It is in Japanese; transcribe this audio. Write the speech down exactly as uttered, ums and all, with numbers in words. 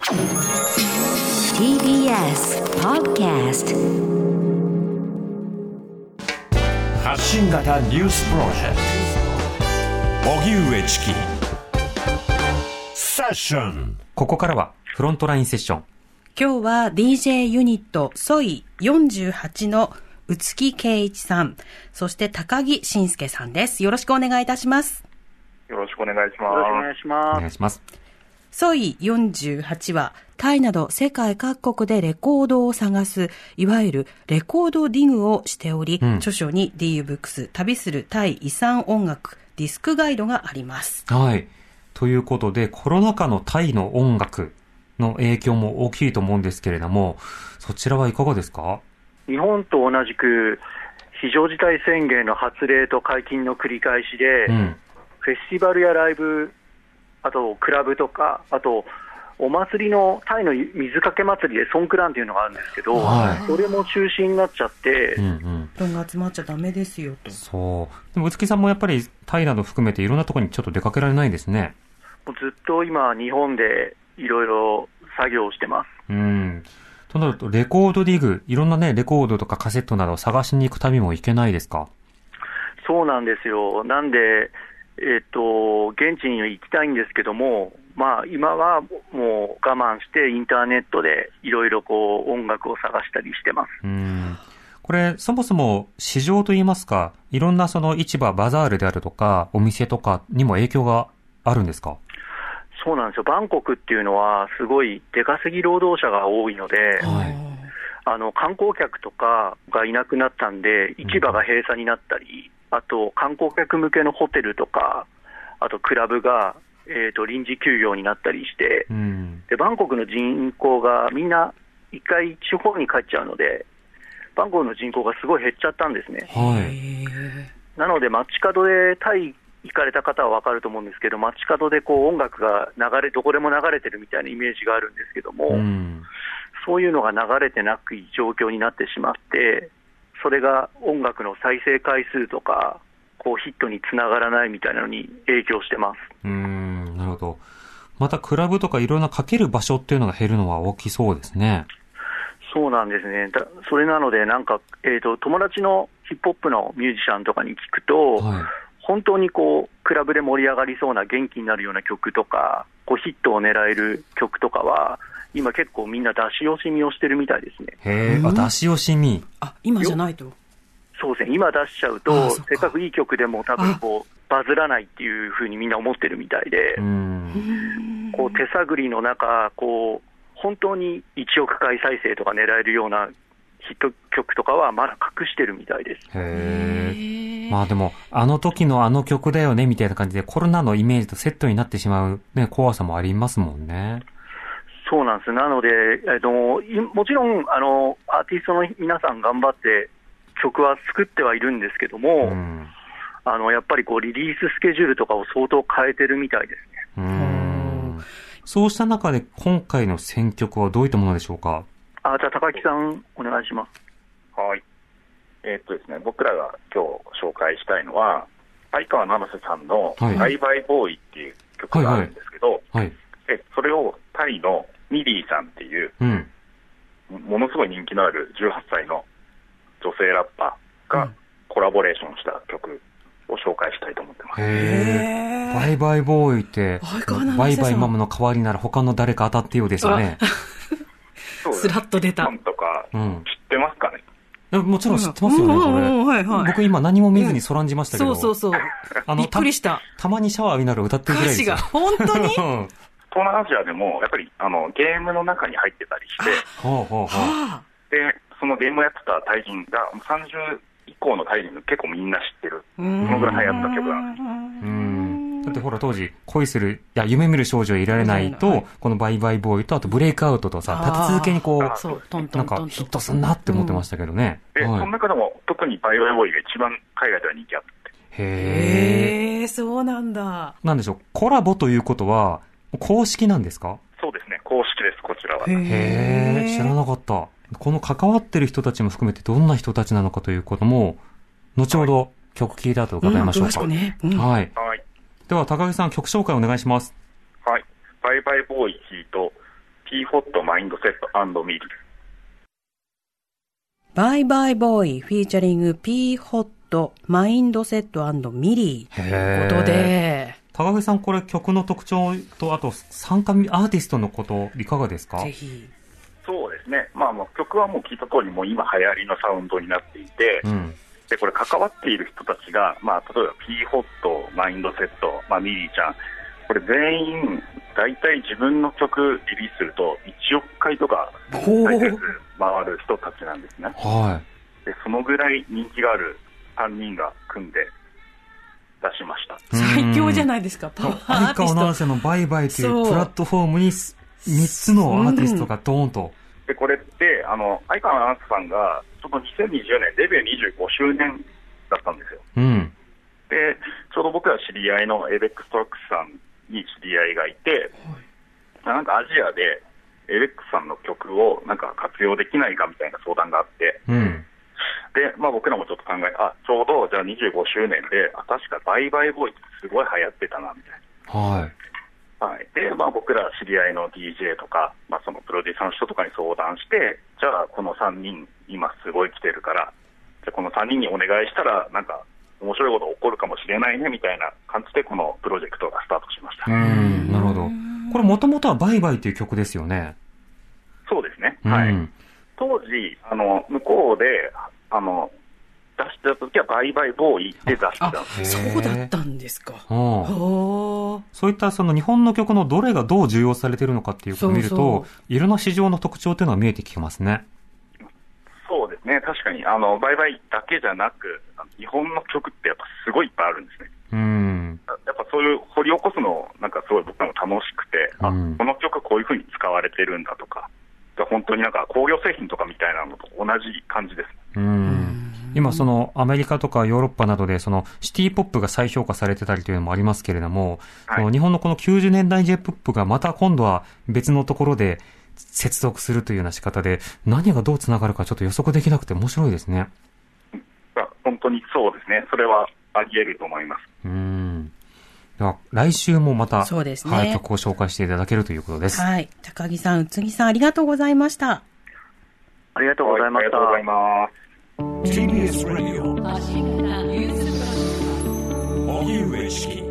ティービーエス Podcast 発信型ニュースプロジェクト荻上チキセッション。 ここからはフロントラインセッション。 今日は ディージェー ユニットソイよんじゅうはちの宇月圭一さん、そして高木慎介さんです。よろしくお願いいたします。 よろしくお願いします。 よろしくお願いします。 お願いします。 ソイよんじゅうはちはタイなど世界各国でレコードを探す、いわゆるレコードディグをしており、うん、著書に ディーユー ブックス旅するタイ遺産音楽ディスクガイドがあります。 はい。ということで、コロナ禍のタイの音楽の影響も大きいと思うんですけれども、そちらはいかがですか？ 日本と同じく非常事態宣言の発令と解禁の繰り返しで、うん、フェスティバルやライブ、あとクラブとか、あとお祭りのタイの水かけ祭りでソンクランっていうのがあるんですけど、はい、それも中止になっちゃって、 うんうん、人が集まっちゃダメですよと。 そう。でも宇月さんもやっぱりタイなど含めていろんなところにちょっと出かけられないですね。 もうずっと今日本でいろいろ作業をしてます。 うん。となるとレコードディグ、いろんなねレコードとかカセットなどを探しに行く旅も行けないですか？ そうなんですよ。なんでえっと現地に行きたいんですけども、まあ今はもう我慢してインターネットでいろいろこう音楽を探したりしてます。 うん。これそもそも市場といいますか、いろんなその市場バザールであるとかお店とかにも影響があるんですか？ そうなんですよ。バンコクっていうのはすごい出稼ぎ労働者が多いので、はい、あの観光客とかがいなくなったんで市場が閉鎖になったり、うん、あと観光客向けのホテルとか、あとクラブが、えーと、臨時休業になったりして、うん、でバンコクの人口がみんな一回地方に帰っちゃうので、バンコクの人口がすごい減っちゃったんですね。 はい、 なので街角でタイ行かれた方は分かると思うんですけど、街角でこう音楽が流れどこでも流れてるみたいなイメージがあるんですけども、うん、そういうのが流れてなくい状況になってしまって、それが音楽の再生回数とかこうヒットにつながらないみたいなのに影響してます。 うーん、なるほど。またクラブとかいろんなかける場所っていうのが減るのは大きそうですね。 そうなんですね。だそれなのでなんか、えーと、友達のヒップホップのミュージシャンとかに聞くと、はい、本当にこうクラブで盛り上がりそうな元気になるような曲とか、こうヒットを狙える曲とかは今結構みんな出し惜しみをしてるみたいですね。 へー、あ、出し惜しみ。 あ、今じゃないと。 そうですね。今出しちゃうとせっかくいい曲でも多分こうバズらないっていう風にみんな思ってるみたいで、うーん、こう手探りの中、こう本当にいちおくかい再生とか狙えるようなヒット曲とかはまだ隠してるみたいです。 へー。まあでもあの時のあの曲だよねみたいな感じでコロナのイメージとセットになってしまう、ね、怖さもありますもんね。 そうなんです。なので、えっと、もちろんあのアーティストの皆さん頑張って曲は作ってはいるんですけども、うん、あのやっぱりこうリリーススケジュールとかを相当変えてるみたいですね。 うーん、そうした中で今回の選曲はどういったものでしょうか？ あ、じゃあ高木さんお願いします。 はい。えーっとですね、僕らが今日紹介したいのは相川七瀬さんのバイバイボーイっていう曲があるんですけど、はいはいはい、えそれをタイのミリーさんっていう、うん、ものすごい人気のあるじゅうはっさいの女性ラッパーがコラボレーションした曲を紹介したいと思ってます。 へー。バイバイボーイってバイバイマムの代わりなら他の誰か当たってようですよね。 スラッと出た。 さんとか知ってますかね？ うん、もちろん知ってますよね、これ、はいはい。僕今何も見ずにそらんじましたけど、うん、 そうそうそう、あのびっくりした。 た。たまにシャワー浴びながら歌ってるぐらいですよ。 歌詞が本当に東南アジアでもやっぱりあのゲームの中に入ってたりして、 ほうほうほう、 でそのゲームをやってたタイ人がさんじゅう以降のタイ人結構みんな知ってる、そのぐらい流行った曲なんです。 うーん、だってほら当時恋する、いや夢見る少女いられないと、はい、このバイバイボーイとあとブレイクアウトとさ立て続けにこうそうトントントンなんかヒットすんなって思ってましたけどね、 うん、で、はい、その中でも特にバイバイボーイが一番海外では人気あって。 へー、そうなんだ。 なんでしょう、コラボということは公式なんですか？ そうですね、公式です、こちらは。 へー、知らなかった。この関わってる人たちも含めてどんな人たちなのかということも後ほど曲聴いた後伺いましょうか。 うん、ね、うん、 はい、はい。では高木さん曲紹介お願いします。 はい。バイバイボーイヒート ピーホットマインドセット&ミリー。 バイバイボーイフィーチャリング P ホットマインドセット&ミリーということで、 高木さん、これ曲の特徴とあと参加アーティストのこといかがですか？ ぜひ。 そうですね、まあ、もう曲はもう聞いた通りもう今流行りのサウンドになっていて、うん、でこれ関わっている人たちが、まあ、例えば P ホットマインドセット、まあ、ミリーちゃん、これ全員大体自分の曲リリースするといちおくかいとか再生数回る人たちなんですね。 はい、 でそのぐらい人気があるさんにんが組んで出しました。 最強じゃないですか。パワーアーティスト。 相川七瀬のバイバイというプラットフォームにみっつのアーティストがドーンと。 でこれってあの相川七瀬さんがちょうどにせんにじゅうねんデビューにじゅうごしゅうねんだったんですよ。 うん、 でちょうど僕ら知り合いのエイベックストラックスさんに知り合いがいて、はい、なんかアジアでエイベックスさんの曲をなんか活用できないかみたいな相談があって、 うん、 でまあ、僕らもちょっと考えあちょうどじゃあにじゅうごしゅうねんであ確かバイバイボーイってすごい流行ってたなみたいな。はいはい、でまあ、僕ら知り合いの ディージェー とか、まあ、そのプロデューサーの人とかに相談して、じゃあこのさんにん今すごい来てるから、じゃあこのさんにんにお願いしたらなんか面白いこと起こるかもしれないねみたいな感じでこのプロジェクトがスタートしました。 うーん、なるほど。これもともとはバイバイという曲ですよね。 そうですね、はい、当時あの向こうであの出した時はバイバイボーイで出してたんです。 そうだったんですか。 そういったその日本の曲のどれがどう重要されているのかっていうことを見ると、そうそう、いろんな市場の特徴というのは見えてきますね。 そうですね、確かにあのバイバイだけじゃなく日本の曲ってやっぱすごいいっぱいあるんですね。 うん、 やっぱそういう掘り起こすのなんかすごい僕も楽しくて、うん、あこの曲こういう風に使われてるんだとか、本当になんか工業製品とかみたいなのと同じ感じです。 うん、今そのアメリカとかヨーロッパなどでそのシティポップが再評価されてたりというのもありますけれども、はい、その日本のこのきゅうじゅうねんだい J-ポップ がまた今度は別のところで接続するというような仕方で何がどうつながるかちょっと予測できなくて面白いですね。 本当にそうですね、それはあり得ると思います。 うん、では来週もまた、 そうですね、 はい、曲を紹介していただけるということです。 はい、高木さん、宇津木さん、ありがとうございました。 ありがとうございました。 はい、ありがとうございます。 ティービーエス Radio 荻上チキ